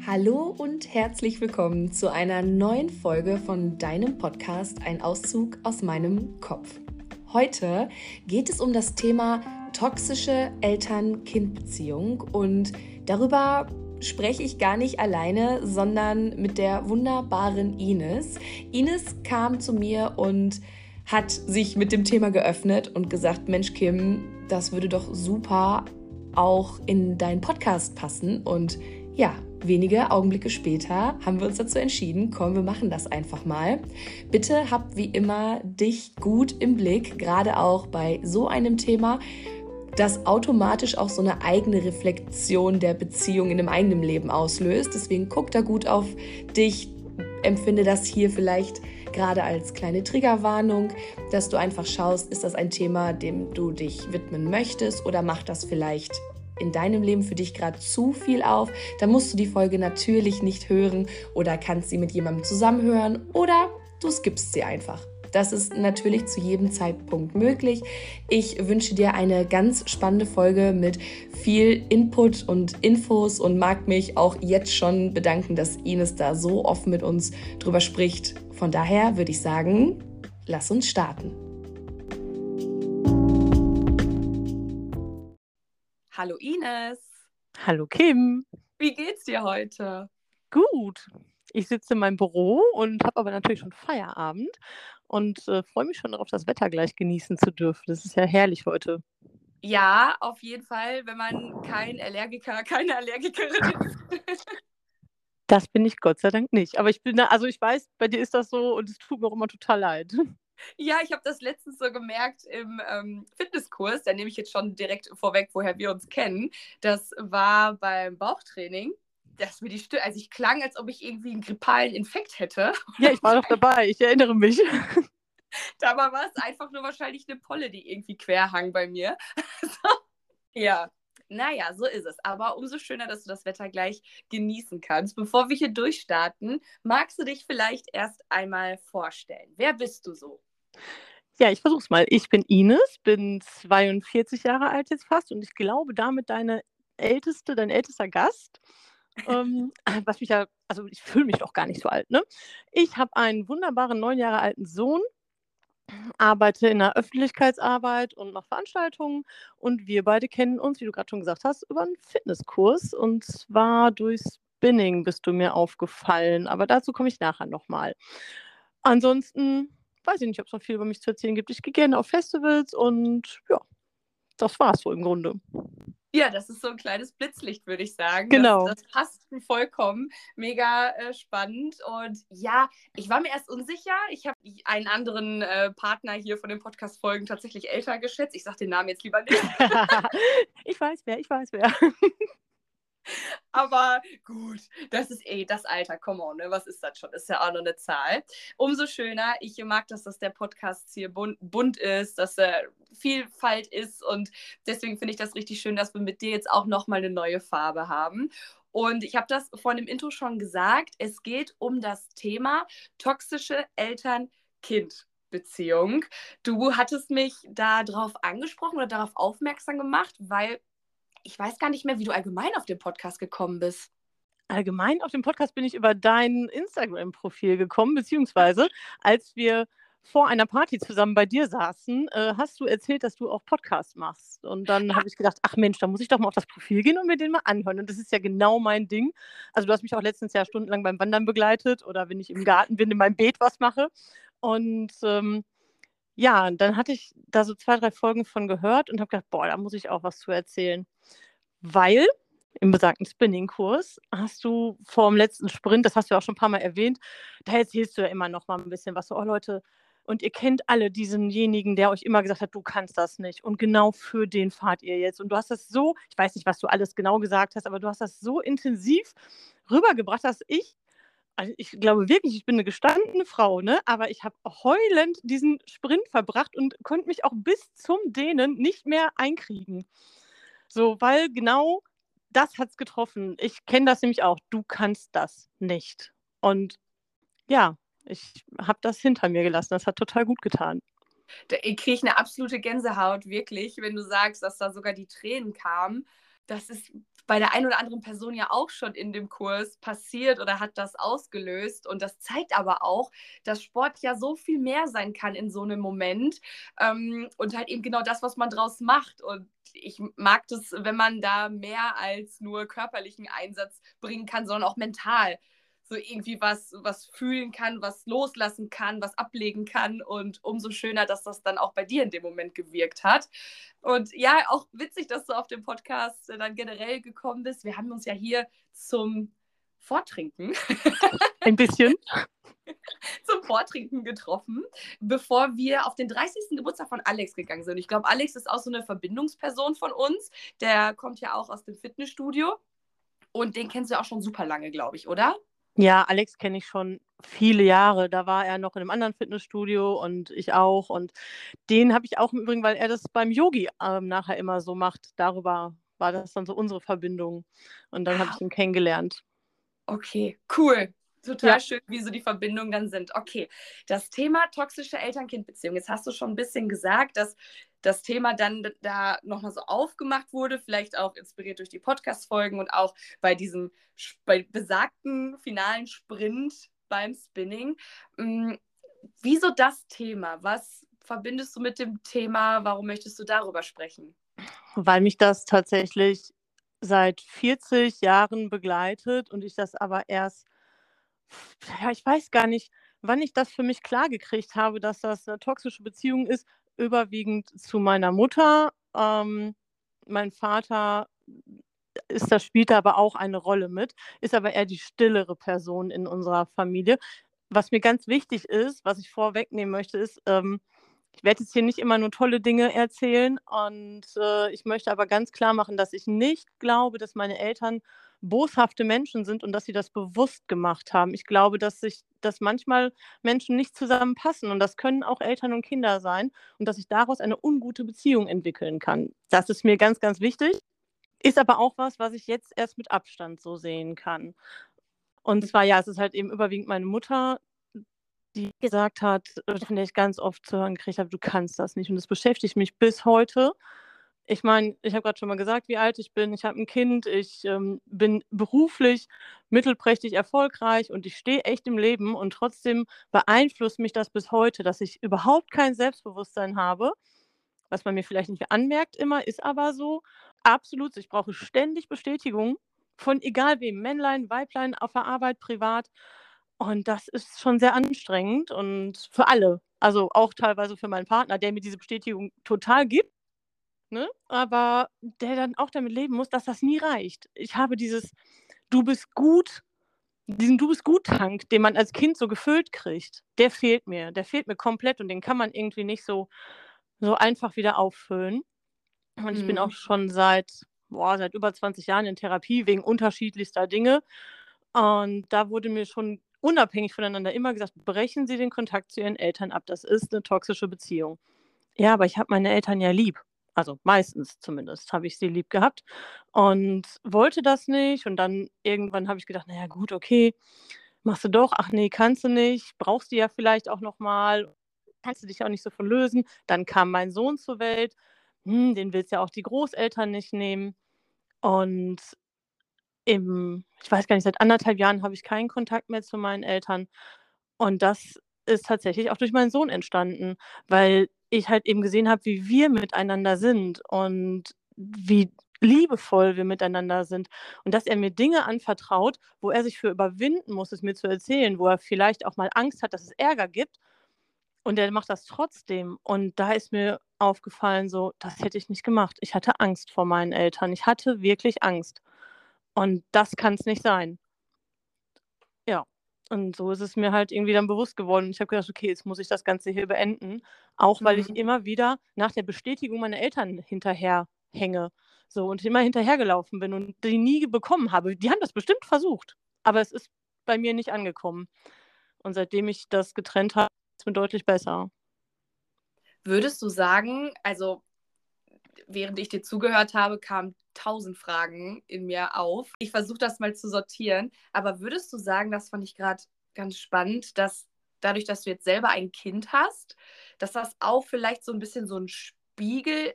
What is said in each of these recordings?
Hallo und herzlich willkommen zu einer neuen Folge von deinem Podcast Ein Auszug aus meinem Kopf. Heute geht es um das Thema toxische Eltern-Kind-Beziehung und darüber spreche ich gar nicht alleine, sondern mit der wunderbaren Ines. Ines kam zu mir und hat sich mit dem Thema geöffnet und gesagt, Mensch Kim, das würde doch super auch in deinen Podcast passen. Und ja, wenige Augenblicke später haben wir uns dazu entschieden, komm, wir machen das einfach mal. Bitte hab wie immer dich gut im Blick, gerade auch bei so einem Thema, das automatisch auch so eine eigene Reflexion der Beziehung in dem eigenen Leben auslöst. Deswegen guck da gut auf dich, empfinde das hier vielleicht gerade als kleine Triggerwarnung, dass du einfach schaust, ist das ein Thema, dem du dich widmen möchtest oder macht das vielleicht in deinem Leben für dich gerade zu viel auf, dann musst du die Folge natürlich nicht hören oder kannst sie mit jemandem zusammenhören oder du skippst sie einfach. Das ist natürlich zu jedem Zeitpunkt möglich. Ich wünsche dir eine ganz spannende Folge mit viel Input und Infos und mag mich auch jetzt schon bedanken, dass Ines da so offen mit uns drüber spricht. Von daher würde ich sagen, lass uns starten. Hallo Ines. Hallo Kim. Wie geht's dir heute? Gut. Ich sitze in meinem Büro und habe aber natürlich schon Feierabend und freue mich schon darauf, das Wetter gleich genießen zu dürfen. Das ist ja herrlich heute. Ja, auf jeden Fall, wenn man kein Allergiker, keine Allergikerin ist. Das bin ich Gott sei Dank nicht. Aber ich weiß, bei dir ist das so und es tut mir auch immer total leid. Ja, ich habe das letztens so gemerkt im Fitnesskurs. Da nehme ich jetzt schon direkt vorweg, woher wir uns kennen. Das war beim Bauchtraining. Dass mir also ich klang, als ob ich irgendwie einen grippalen Infekt hätte. Ja, ich war doch dabei. Ich erinnere mich. Dabei war es einfach nur wahrscheinlich eine Polle, die irgendwie quer hang bei mir. So, ja. Naja, so ist es. Aber umso schöner, dass du das Wetter gleich genießen kannst. Bevor wir hier durchstarten, magst du dich vielleicht erst einmal vorstellen? Wer bist du so? Ja, ich versuch's mal. Ich bin Ines, bin 42 Jahre alt jetzt fast und ich glaube damit dein ältester Gast. Was mich also ich fühle mich doch gar nicht so alt, ne? Ich habe einen wunderbaren 9 Jahre alten Sohn, arbeite in der Öffentlichkeitsarbeit und mache Veranstaltungen und wir beide kennen uns, wie du gerade schon gesagt hast, über einen Fitnesskurs und zwar durch Spinning bist du mir aufgefallen, aber dazu komme ich nachher nochmal. Ansonsten weiß ich nicht, ob es noch viel über mich zu erzählen gibt. Ich gehe gerne auf Festivals und ja, das war's so im Grunde. Ja, das ist so ein kleines Blitzlicht, würde ich sagen. Genau. Das passt vollkommen. Mega spannend. Und ja, ich war mir erst unsicher. Ich habe einen anderen Partner hier von den Podcast-Folgen tatsächlich älter geschätzt. Ich sage den Namen jetzt lieber nicht. Ich weiß wer. Aber gut, das ist das Alter. Come on, ne? Was ist das schon? Ist ja auch nur eine Zahl. Umso schöner. Ich mag, dass der Podcast hier bunt ist, dass Vielfalt ist. Und deswegen finde ich das richtig schön, dass wir mit dir jetzt auch nochmal eine neue Farbe haben. Und ich habe das vor dem Intro schon gesagt. Es geht um das Thema toxische Eltern-Kind-Beziehung. Du hattest mich darauf angesprochen oder darauf aufmerksam gemacht, weil ich weiß gar nicht mehr, wie du allgemein auf den Podcast gekommen bist. Allgemein auf den Podcast bin ich über dein Instagram-Profil gekommen, beziehungsweise als wir vor einer Party zusammen bei dir saßen, hast du erzählt, dass du auch Podcast machst. Und dann habe ich gedacht, ach Mensch, da muss ich doch mal auf das Profil gehen und mir den mal anhören. Und das ist ja genau mein Ding. Also du hast mich auch letztens ja stundenlang beim Wandern begleitet oder wenn ich im Garten bin, in meinem Beet was mache. Und ja, dann hatte ich da so 2, 3 Folgen von gehört und habe gedacht, boah, da muss ich auch was zu erzählen. Weil im besagten Spinning-Kurs hast du vor dem letzten Sprint, das hast du ja auch schon ein paar Mal erwähnt, da erzählst du ja immer noch mal ein bisschen was so, oh Leute, und ihr kennt alle diesenjenigen, der euch immer gesagt hat, du kannst das nicht und genau für den fahrt ihr jetzt. Und du hast das so, ich weiß nicht, was du alles genau gesagt hast, aber du hast das so intensiv rübergebracht, dass also ich glaube wirklich, ich bin eine gestandene Frau, ne? Aber ich habe heulend diesen Sprint verbracht und konnte mich auch bis zum Dehnen nicht mehr einkriegen. So, weil genau das hat es getroffen. Ich kenne das nämlich auch. Du kannst das nicht. Und ja, ich habe das hinter mir gelassen. Das hat total gut getan. Da kriege ich eine absolute Gänsehaut, wirklich, wenn du sagst, dass da sogar die Tränen kamen. das ist bei der einen oder anderen Person ja auch schon in dem Kurs passiert oder hat das ausgelöst. Und das zeigt aber auch, dass Sport ja so viel mehr sein kann in so einem Moment und halt eben genau das, was man draus macht. Und ich mag das, wenn man da mehr als nur körperlichen Einsatz bringen kann, sondern auch mental so irgendwie was fühlen kann, was loslassen kann, was ablegen kann. Und umso schöner, dass das dann auch bei dir in dem Moment gewirkt hat. Und ja, auch witzig, dass du auf dem Podcast dann generell gekommen bist. Wir haben uns ja hier zum Vortrinken, Ein bisschen. zum Vortrinken getroffen, bevor wir auf den 30. Geburtstag von Alex gegangen sind. Ich glaube, Alex ist auch so eine Verbindungsperson von uns. Der kommt ja auch aus dem Fitnessstudio. Und den kennst du auch schon super lange, glaube ich, oder? Ja, Alex kenne ich schon viele Jahre. Da war er noch in einem anderen Fitnessstudio und ich auch. Und den habe ich auch im Übrigen, weil er das beim Yogi nachher immer so macht. Darüber war das dann so unsere Verbindung. Und dann habe Ah, ich ihn kennengelernt. okay, cool. Total Ja, schön, wie so die Verbindungen dann sind. Okay, das Thema toxische Eltern-Kind-Beziehung. Jetzt hast du schon ein bisschen gesagt, dass das Thema dann da nochmal so aufgemacht wurde, vielleicht auch inspiriert durch die Podcast-Folgen und auch bei besagten finalen Sprint beim Spinning. Wieso das Thema? Was verbindest du mit dem Thema? Warum möchtest du darüber sprechen? weil mich das tatsächlich seit 40 Jahren begleitet und ich das aber erst, ja, ich weiß gar nicht, wann ich das für mich klar gekriegt habe, dass das eine toxische Beziehung ist, überwiegend zu meiner Mutter. Mein Vater spielt da aber auch eine Rolle mit, ist aber eher die stillere Person in unserer Familie. Was mir ganz wichtig ist, was ich vorwegnehmen möchte, ist, ich werde jetzt hier nicht immer nur tolle Dinge erzählen und ich möchte aber ganz klar machen, dass ich nicht glaube, dass meine Eltern boshafte Menschen sind und dass sie das bewusst gemacht haben. Ich glaube, dass manchmal Menschen nicht zusammenpassen und das können auch Eltern und Kinder sein und dass sich daraus eine ungute Beziehung entwickeln kann. Das ist mir ganz, ganz wichtig. Ist aber auch was ich jetzt erst mit Abstand so sehen kann. Und zwar, ja, es ist halt eben überwiegend meine Mutter, die gesagt hat, von der ich ganz oft zu hören gekriegt habe: „Du kannst das nicht.“ Und das beschäftigt mich bis heute. Ich meine, ich habe gerade schon mal gesagt, wie alt ich bin. Ich habe ein Kind, ich bin beruflich mittelprächtig erfolgreich und ich stehe echt im Leben und trotzdem beeinflusst mich das bis heute, dass ich überhaupt kein Selbstbewusstsein habe, was man mir vielleicht nicht anmerkt immer, ist aber so. Absolut, ich brauche ständig Bestätigung von egal wem, Männlein, Weiblein, auf der Arbeit, privat. Und das ist schon sehr anstrengend und für alle. Also auch teilweise für meinen Partner, der mir diese Bestätigung total gibt, ne? Aber der dann auch damit leben muss, dass das nie reicht. Ich habe dieses „Du bist gut“, diesen „Du bist gut“-Tank, den man als Kind so gefüllt kriegt, der fehlt mir. Der fehlt mir komplett und den kann man irgendwie nicht so einfach wieder auffüllen. Und ich bin auch Mhm. schon seit über 20 Jahren in Therapie wegen unterschiedlichster Dinge. Und da wurde mir schon unabhängig voneinander immer gesagt: „Brechen Sie den Kontakt zu Ihren Eltern ab. Das ist 'ne toxische Beziehung.“ Ja, aber ich habe meine Eltern ja lieb. Also, meistens zumindest habe ich sie lieb gehabt und wollte das nicht. Und dann irgendwann habe ich gedacht: „Na ja, gut, okay, machst du doch. Ach ne, kannst du nicht. Brauchst du ja vielleicht auch noch mal. Kannst du dich auch nicht so von lösen.“ Dann kam mein Sohn zur Welt. Den willst ja auch die Großeltern nicht nehmen. Und ich weiß gar nicht, seit 1,5 Jahren habe ich keinen Kontakt mehr zu meinen Eltern. Und das ist tatsächlich auch durch meinen Sohn entstanden, weil ich halt eben gesehen habe, wie wir miteinander sind und wie liebevoll wir miteinander sind und dass er mir Dinge anvertraut, wo er sich für überwinden muss, es mir zu erzählen, wo er vielleicht auch mal Angst hat, dass es Ärger gibt und er macht das trotzdem. Und da ist mir aufgefallen so, das hätte ich nicht gemacht. Ich hatte Angst vor meinen Eltern. Ich hatte wirklich Angst. Und das kann's nicht sein. Ja. Und so ist es mir halt irgendwie dann bewusst geworden. Ich habe gedacht: „Okay, jetzt muss ich das Ganze hier beenden“, auch weil ich Mhm. immer wieder nach der Bestätigung meiner Eltern hinterherhänge, so und immer hinterhergelaufen bin und die nie bekommen habe. Die haben das bestimmt versucht, aber es ist bei mir nicht angekommen. Und seitdem ich das getrennt habe, ist mir deutlich besser. Würdest du sagen, also während ich dir zugehört habe, kamen 1.000 Fragen in mir auf. Ich versuche das mal zu sortieren. Aber würdest du sagen, das fand ich gerade ganz spannend, dass dadurch, dass du jetzt selber ein Kind hast, dass das auch vielleicht so ein bisschen so ein Spiegel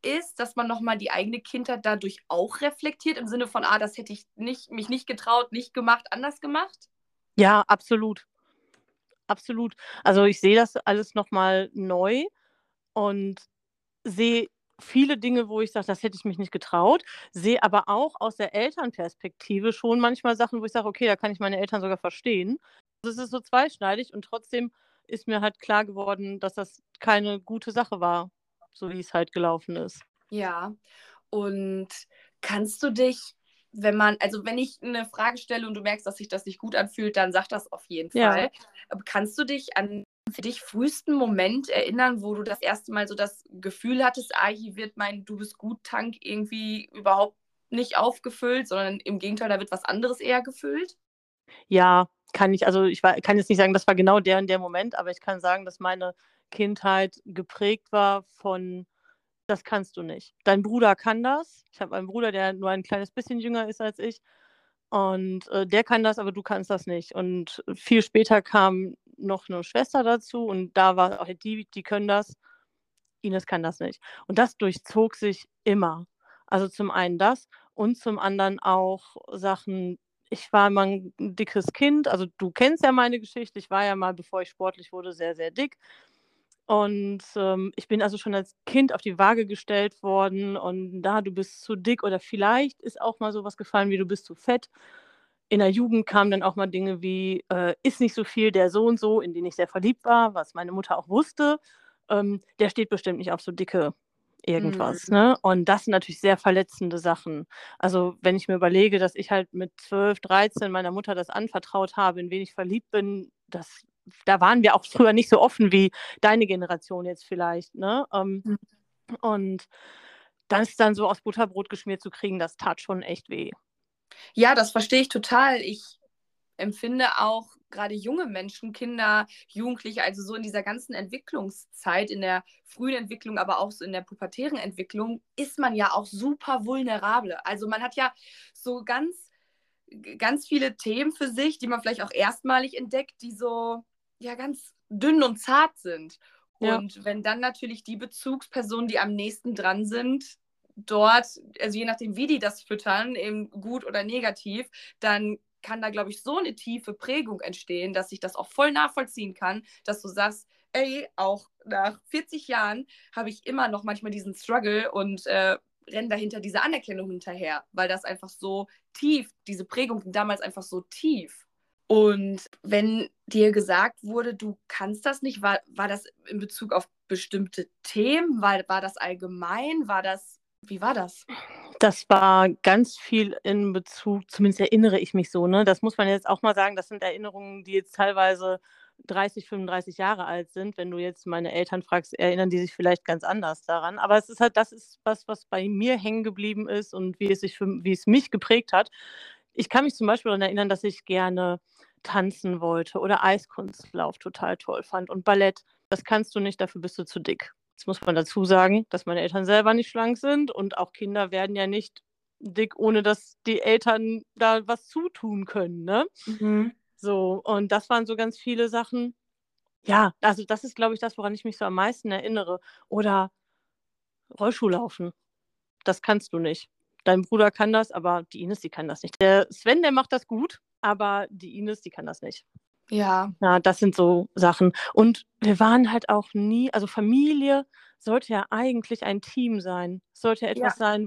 ist, dass man nochmal die eigene Kindheit dadurch auch reflektiert, im Sinne von, das hätte ich mich nicht getraut, nicht gemacht, anders gemacht? Ja, absolut. Absolut. Also ich sehe das alles nochmal neu und sehe viele Dinge, wo ich sage, das hätte ich mich nicht getraut, sehe aber auch aus der Elternperspektive schon manchmal Sachen, wo ich sage, okay, da kann ich meine Eltern sogar verstehen. Also es ist so zweischneidig und trotzdem ist mir halt klar geworden, dass das keine gute Sache war, so wie es halt gelaufen ist. Ja, und kannst du dich, wenn ich eine Frage stelle und du merkst, dass sich das nicht gut anfühlt, dann sag das auf jeden Ja. Fall. Aber kannst du dich an für dich frühesten Moment erinnern, wo du das erste Mal so das Gefühl hattest, hier wird mein Du bist gut Tank irgendwie überhaupt nicht aufgefüllt, sondern im Gegenteil, da wird was anderes eher gefüllt? Ja, kann ich. Also ich kann jetzt nicht sagen, das war genau der und der Moment, aber ich kann sagen, dass meine Kindheit geprägt war von: „Das kannst du nicht. Dein Bruder kann das.“ Ich habe einen Bruder, der nur ein kleines bisschen jünger ist als ich und, der kann das, aber du kannst das nicht. Und viel später kam noch eine Schwester dazu und da war halt die können das. Ines kann das nicht. Und das durchzog sich immer. Also, zum einen das und zum anderen auch Sachen. Ich war immer 'n dickes Kind. Also, du kennst ja meine Geschichte. Ich war ja mal, bevor ich sportlich wurde, sehr, sehr dick. Und, ich bin also schon als Kind auf die Waage gestellt worden und da: „Du bist zu dick“ oder vielleicht ist auch mal so was gefallen wie: „Du bist zu fett.“ In der Jugend kamen dann auch mal Dinge wie, „Iss nicht so viel, der so und so“, in den ich sehr verliebt war, was meine Mutter auch wusste. „Der steht bestimmt nicht auf so dicke irgendwas“, Mhm. ne? Und das sind natürlich sehr verletzende Sachen. Also, wenn ich mir überlege, dass ich halt mit 12, 13 meiner Mutter das anvertraut habe, in wen ich verliebt bin, da waren wir auch früher nicht so offen wie deine Generation jetzt vielleicht, ne? Und das dann so aus Butterbrot geschmiert zu kriegen, das tat schon echt weh. Ja, das verstehe ich total. Ich empfinde auch gerade junge Menschen, Kinder, Jugendliche, also so in dieser ganzen Entwicklungszeit, in der frühen Entwicklung, aber auch so in der pubertären Entwicklung, ist man ja auch super vulnerabel. Also man hat ja so ganz viele Themen für sich, die man vielleicht auch erstmalig entdeckt, die so ja ganz dünn und zart sind. Ja. Und wenn dann natürlich die Bezugspersonen, die am nächsten dran sind, dort, also je nachdem, wie die das füttern, eben gut oder negativ, dann kann da, glaube ich, so eine tiefe Prägung entstehen, dass ich das auch voll nachvollziehen kann, dass du sagst, ey, auch nach 40 Jahren habe ich immer noch manchmal diesen Struggle und renne dahinter diese Anerkennung hinterher, weil das einfach so tief, diese Prägung damals einfach so tief. Und wenn dir gesagt wurde, du kannst das nicht, war das in Bezug auf bestimmte Themen? War das allgemein? Wie war das? Das war ganz viel in Bezug, zumindest erinnere ich mich so, ne? Das muss man jetzt auch mal sagen, das sind Erinnerungen, die jetzt teilweise 30, 35 Jahre alt sind. Wenn du jetzt meine Eltern fragst, erinnern die sich vielleicht ganz anders daran. Aber es ist halt das ist was, was bei mir hängen geblieben ist und wie es mich geprägt hat. Ich kann mich zum Beispiel daran erinnern, dass ich gerne tanzen wollte oder Eiskunstlauf total toll fand und Ballett. Das kannst du nicht, dafür bist du zu dick. Jetzt muss man dazu sagen, dass meine Eltern selber nicht schlank sind und auch Kinder werden ja nicht dick, ohne dass die Eltern da was zutun können, ne? Mhm. So, und das waren so ganz viele Sachen. Ja, also das ist, glaube ich, das, woran ich mich so am meisten erinnere. Oder Rollschuhlaufen, das kannst du nicht. Dein Bruder kann das, aber die Ines, die kann das nicht. Der Sven, der macht das gut, aber die Ines, die kann das nicht. Ja, Ja, das sind so Sachen. Und wir waren halt auch nie, also Familie sollte ja eigentlich ein Team sein. Es sollte ja ja, etwas sein,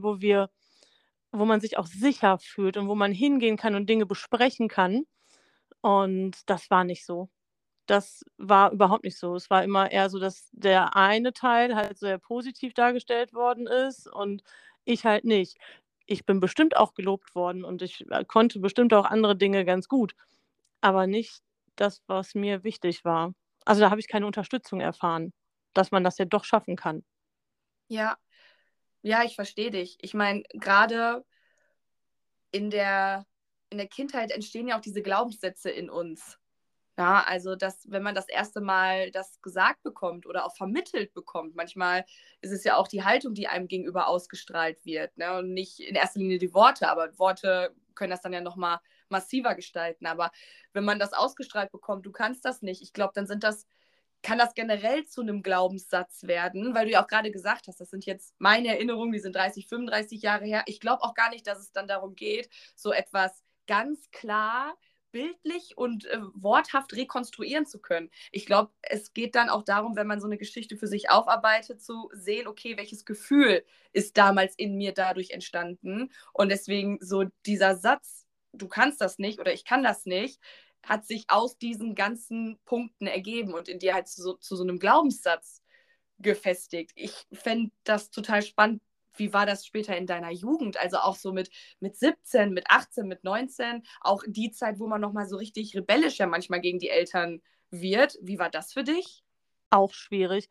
wo man sich auch sicher fühlt und wo man hingehen kann und Dinge besprechen kann. Und das war nicht so. Das war überhaupt nicht so. Es war immer eher so, dass der eine Teil halt sehr positiv dargestellt worden ist und ich halt nicht. Ich bin bestimmt auch gelobt worden und ich, konnte bestimmt auch andere Dinge ganz gut, aber nicht das, was mir wichtig war. Also, da habe ich keine Unterstützung erfahren, dass man das ja doch schaffen kann. ja. Ja, ich verstehe dich. Ich meine, gerade in in der Kindheit entstehen ja auch diese Glaubenssätze in uns. Ja, also wenn man das erste Mal das gesagt bekommt oder auch vermittelt bekommt, manchmal ist es ja auch die Haltung, die einem gegenüber ausgestrahlt wird, ne? Und nicht in erster Linie die Worte, aber Worte können das dann ja nochmal massiver gestalten. Aber wenn man das ausgestrahlt bekommt, du kannst das nicht, ich glaube, dann sind das kann das generell zu einem Glaubenssatz werden, weil du ja auch gerade gesagt hast, das sind jetzt meine Erinnerungen, die sind 30, 35 Jahre her. Ich glaube auch gar nicht, dass es dann darum geht, so etwas ganz klar bildlich und worthaft rekonstruieren zu können. Ich glaube, es geht dann auch darum, wenn man so eine Geschichte für sich aufarbeitet, zu sehen, okay, welches Gefühl ist damals in mir dadurch entstanden. Und deswegen so dieser Satz, du kannst das nicht oder ich kann das nicht, hat sich aus diesen ganzen Punkten ergeben und in dir halt zu so einem Glaubenssatz gefestigt. Ich fände das total spannend. Wie war das später in deiner Jugend? Also auch so mit 17, mit 18, mit 19, auch die Zeit, wo man nochmal so richtig rebellisch ja manchmal gegen die Eltern wird. Wie war das für dich? Auch schwierig.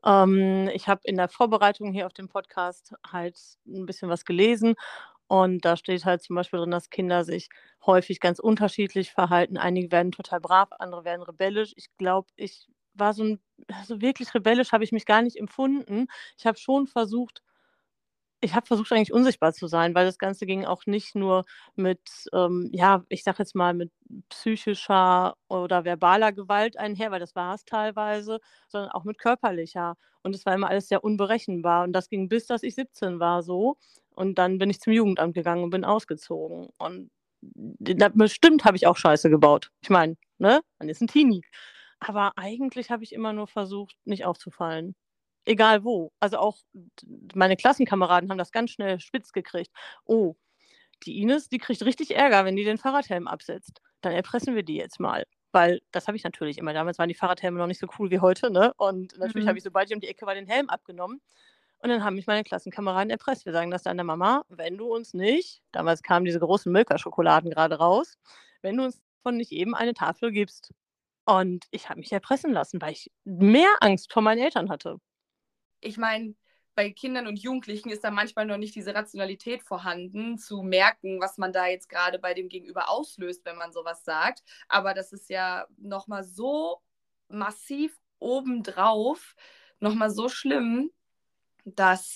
Ich habe in der Vorbereitung hier auf den Podcast halt ein bisschen was gelesen und da steht halt zum Beispiel drin, dass Kinder sich häufig ganz unterschiedlich verhalten. Einige werden total brav, andere werden rebellisch. Ich glaube, ich war so wirklich rebellisch habe ich mich gar nicht empfunden. Ich habe schon versucht Ich habe versucht, eigentlich unsichtbar zu sein, weil das Ganze ging auch nicht nur mit, ja, ich sage jetzt mal, mit psychischer oder verbaler Gewalt einher, weil das war es teilweise, sondern auch mit körperlicher. Und es war immer alles sehr unberechenbar. Und das ging bis, dass ich 17 war so. Und dann bin ich zum Jugendamt gegangen und bin ausgezogen. Und bestimmt habe ich auch Scheiße gebaut. Ich meine, ne, man ist ein Teenie. Aber eigentlich habe ich immer nur versucht, nicht aufzufallen. Egal wo. Also auch meine Klassenkameraden haben das ganz schnell spitz gekriegt. Oh, die Ines, die kriegt richtig Ärger, wenn die den Fahrradhelm absetzt. Dann erpressen wir die jetzt mal. Weil das habe ich natürlich immer. Damals waren die Fahrradhelme noch nicht so cool wie heute, ne? Und natürlich habe ich, sobald ich um die Ecke war, den Helm abgenommen. Und dann haben mich meine Klassenkameraden erpresst. Wir sagen das deiner Mama, wenn du uns nicht, damals kamen diese großen Milka-Schokoladen gerade raus, wenn du uns davon nicht eben eine Tafel gibst. Und ich habe mich erpressen lassen, weil ich mehr Angst vor meinen Eltern hatte. Ich meine, bei Kindern und Jugendlichen ist da manchmal noch nicht diese Rationalität vorhanden, zu merken, was man da jetzt gerade bei dem Gegenüber auslöst, wenn man sowas sagt. Aber das ist ja nochmal so massiv obendrauf, nochmal so schlimm, dass,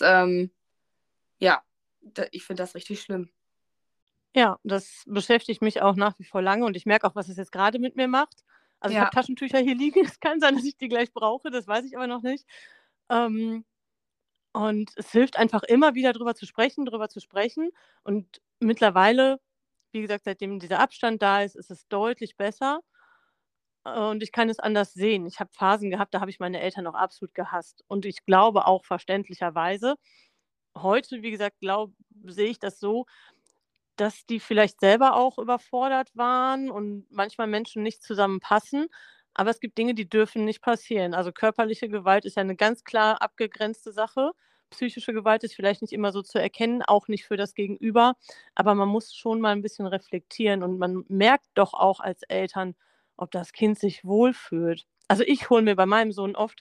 ja, ich finde das richtig schlimm. Ja, das beschäftigt mich auch nach wie vor lange und ich merke auch, was es jetzt gerade mit mir macht. Also, ich habe Ja, Taschentücher hier liegen. Es kann sein, dass ich die gleich brauche, das weiß ich aber noch nicht. Ähm, und es hilft einfach immer wieder drüber zu sprechen. Und mittlerweile, wie gesagt, seitdem dieser Abstand da ist, ist es deutlich besser, und ich kann es anders sehen. Ich habe Phasen gehabt, da habe ich meine Eltern auch absolut gehasst und ich glaube auch verständlicherweise. Heute, wie gesagt, sehe ich das so, dass die vielleicht selber auch überfordert waren und manchmal Menschen nicht zusammenpassen. Aber es gibt Dinge, die dürfen nicht passieren. Also, körperliche Gewalt ist ja 'ne ganz klar abgegrenzte Sache. Psychische Gewalt ist vielleicht nicht immer so zu erkennen, auch nicht für das Gegenüber. Aber man muss schon mal 'n bisschen reflektieren und man merkt doch auch als Eltern, ob das Kind sich wohlfühlt. Also, ich hole mir bei meinem Sohn oft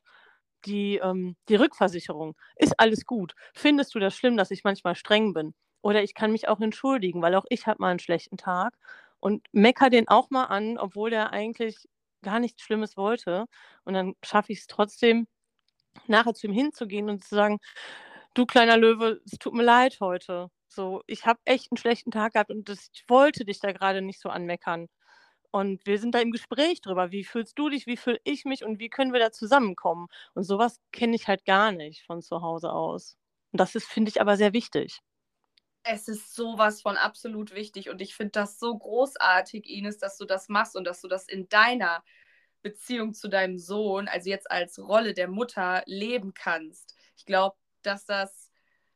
die Rückversicherung. „Ist alles gut? Findest du das schlimm, dass ich manchmal streng bin?“ Oder ich kann mich auch entschuldigen, weil auch ich habe mal 'n schlechten Tag und meckere den auch mal an, obwohl der eigentlich gar nichts Schlimmes wollte. Und dann schaffe ich's trotzdem, nachher zu ihm hinzugehen und zu sagen: „Du kleiner Löwe, es tut mir leid heute. So, ich habe echt 'n schlechten Tag gehabt und ich wollte dich da grade nicht so anmeckern. Und wir sind da im Gespräch drüber. Wie fühlst du dich? Wie fühle ich mich? Und wie können wir da zusammenkommen?“ Und so was kenne ich halt gar nicht von zu Hause aus. Und das ist, finde ich, aber sehr wichtig. es ist sowas von absolut wichtig und ich finde das so großartig, Ines, dass du das machst und dass du das in deiner Beziehung zu deinem Sohn, also jetzt als Rolle der Mutter, leben kannst. Ich glaube, dass das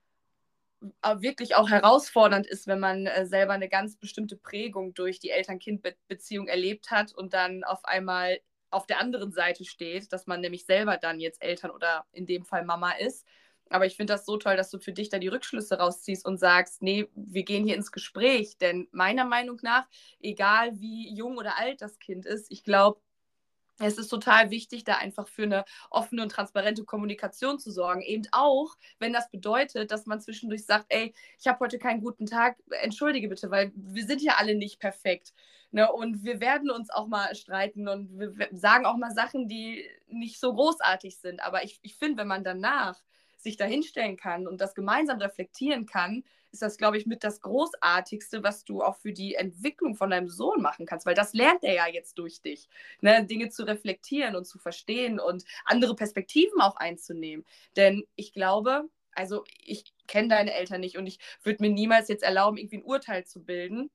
wirklich auch herausfordernd ist, wenn man selber eine ganz bestimmte Prägung durch die Eltern-Kind-Beziehung erlebt hat und dann auf einmal auf der anderen Seite steht, dass man nämlich selber dann jetzt Eltern oder in dem Fall Mama ist. Aber ich finde das so toll, dass du für dich da die Rückschlüsse rausziehst und sagst, nee, wir gehen hier ins Gespräch. Denn meiner Meinung nach, egal wie jung oder alt das Kind ist, ich glaube, es ist total wichtig, da einfach für eine offene und transparente Kommunikation zu sorgen. Eben auch, wenn das bedeutet, dass man zwischendurch sagt, ey, ich habe heute keinen guten Tag, entschuldige bitte, weil wir sind ja alle nicht perfekt. Ne? Und wir werden uns auch mal streiten und wir sagen auch mal Sachen, die nicht so großartig sind. Aber ich finde, wenn man danach sich da hinstellen kann und das gemeinsam reflektieren kann, ist das, glaube ich, mit das Großartigste, was du auch für die Entwicklung von deinem Sohn machen kannst, weil das lernt er ja jetzt durch dich, ne? Dinge zu reflektieren und zu verstehen und andere Perspektiven auch einzunehmen. Denn ich glaube, also ich kenne deine Eltern nicht und ich würde mir niemals jetzt erlauben, irgendwie ein Urteil zu bilden.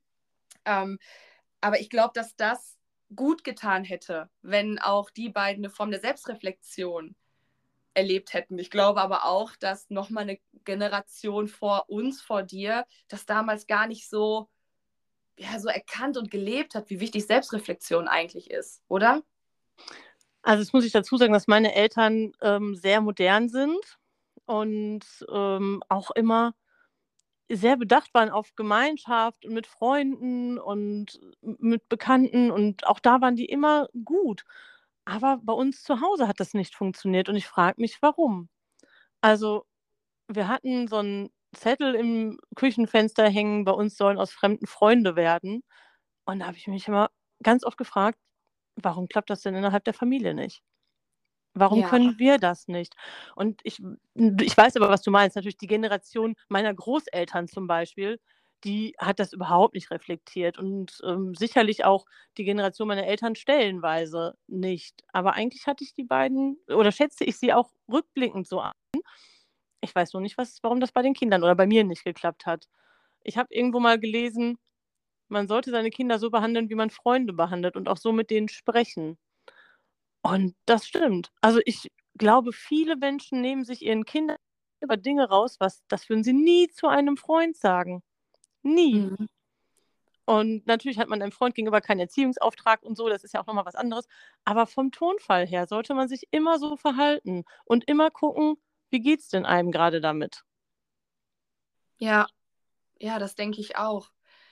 Aber ich glaube, dass das gut getan hätte, wenn auch die beiden eine Form der Selbstreflexion erlebt hätten. Ich glaube aber auch, dass nochmal eine Generation vor uns, vor dir, das damals gar nicht so, ja, so erkannt und gelebt hat, wie wichtig Selbstreflexion eigentlich ist, oder? Also jetzt muss ich dazu sagen, dass meine Eltern sehr modern sind und auch immer sehr bedacht waren auf Gemeinschaft und mit Freunden und mit Bekannten und auch da waren die immer gut. Aber bei uns zu Hause hat das nicht funktioniert und ich frage mich, warum. Also wir hatten so einen Zettel im Küchenfenster hängen, bei uns sollen aus Fremden Freunde werden. Und da habe ich mich immer ganz oft gefragt, warum klappt das denn innerhalb der Familie nicht? Warum Ja, können wir das nicht? Und ich weiß aber, was du meinst. Natürlich die Generation meiner Großeltern zum Beispiel, die hat das überhaupt nicht reflektiert und sicherlich auch die Generation meiner Eltern stellenweise nicht. Aber eigentlich hatte ich die beiden oder schätze ich sie auch rückblickend so an. Ich weiß nur nicht, warum das bei den Kindern oder bei mir nicht geklappt hat. Ich habe irgendwo mal gelesen, man sollte seine Kinder so behandeln, wie man Freunde behandelt und auch so mit denen sprechen. Und das stimmt. Also, ich glaube, viele Menschen nehmen sich ihren Kindern über Dinge raus, das würden sie nie zu einem Freund sagen. Nie. mhm. Und natürlich hat man einem Freund gegenüber keinen Erziehungsauftrag und so, das ist ja auch noch mal was anderes. Aber vom Tonfall her sollte man sich immer so verhalten und immer gucken, wie geht's denn einem gerade damit? Ja, ja, das denke ich auch.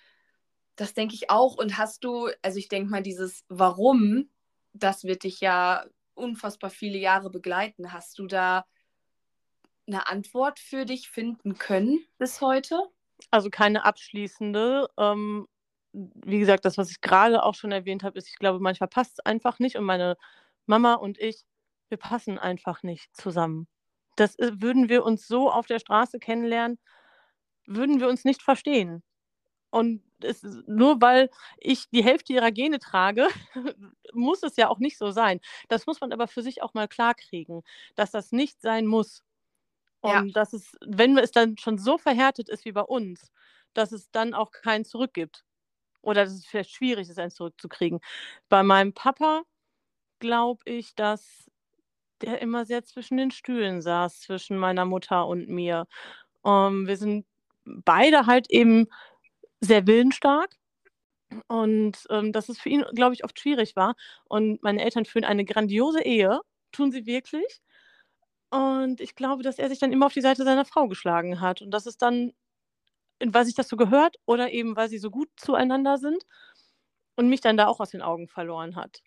Das denke ich auch. Und hast du, also ich denke mal, dieses Warum, das wird dich ja unfassbar viele Jahre begleiten. Hast du da eine Antwort für dich finden können bis heute? Also, keine abschließende. Wie gesagt, das, was ich gerade auch schon erwähnt habe, ist, ich glaube, manchmal passt's einfach nicht und meine Mama und ich, wir passen einfach nicht zusammen. Das würden wir uns so auf der Straße kennenlernen, würden wir uns nicht verstehen. Und es ist nur weil ich die Hälfte ihrer Gene trage, muss es ja auch nicht so sein. Das muss man aber für sich auch mal klarkriegen, dass das nicht sein muss. Ja, Und dass es, wenn es dann schon so verhärtet ist wie bei uns, dass es dann auch kein Zurück gibt oder dass es vielleicht schwierig ist, einen zurückzukriegen. Bei meinem Papa glaube ich, dass der immer sehr zwischen den Stühlen saß, zwischen meiner Mutter und mir. Wir sind beide halt eben sehr willensstark und, dass es für ihn, glaube ich, oft schwierig war. Und meine Eltern führen eine grandiose Ehe, tun sie wirklich. Und ich glaube, dass er sich dann immer auf die Seite seiner Frau geschlagen hat und dass es dann weil sich das so gehört oder eben, weil sie so gut zueinander sind und mich dann da auch aus den Augen verloren hat.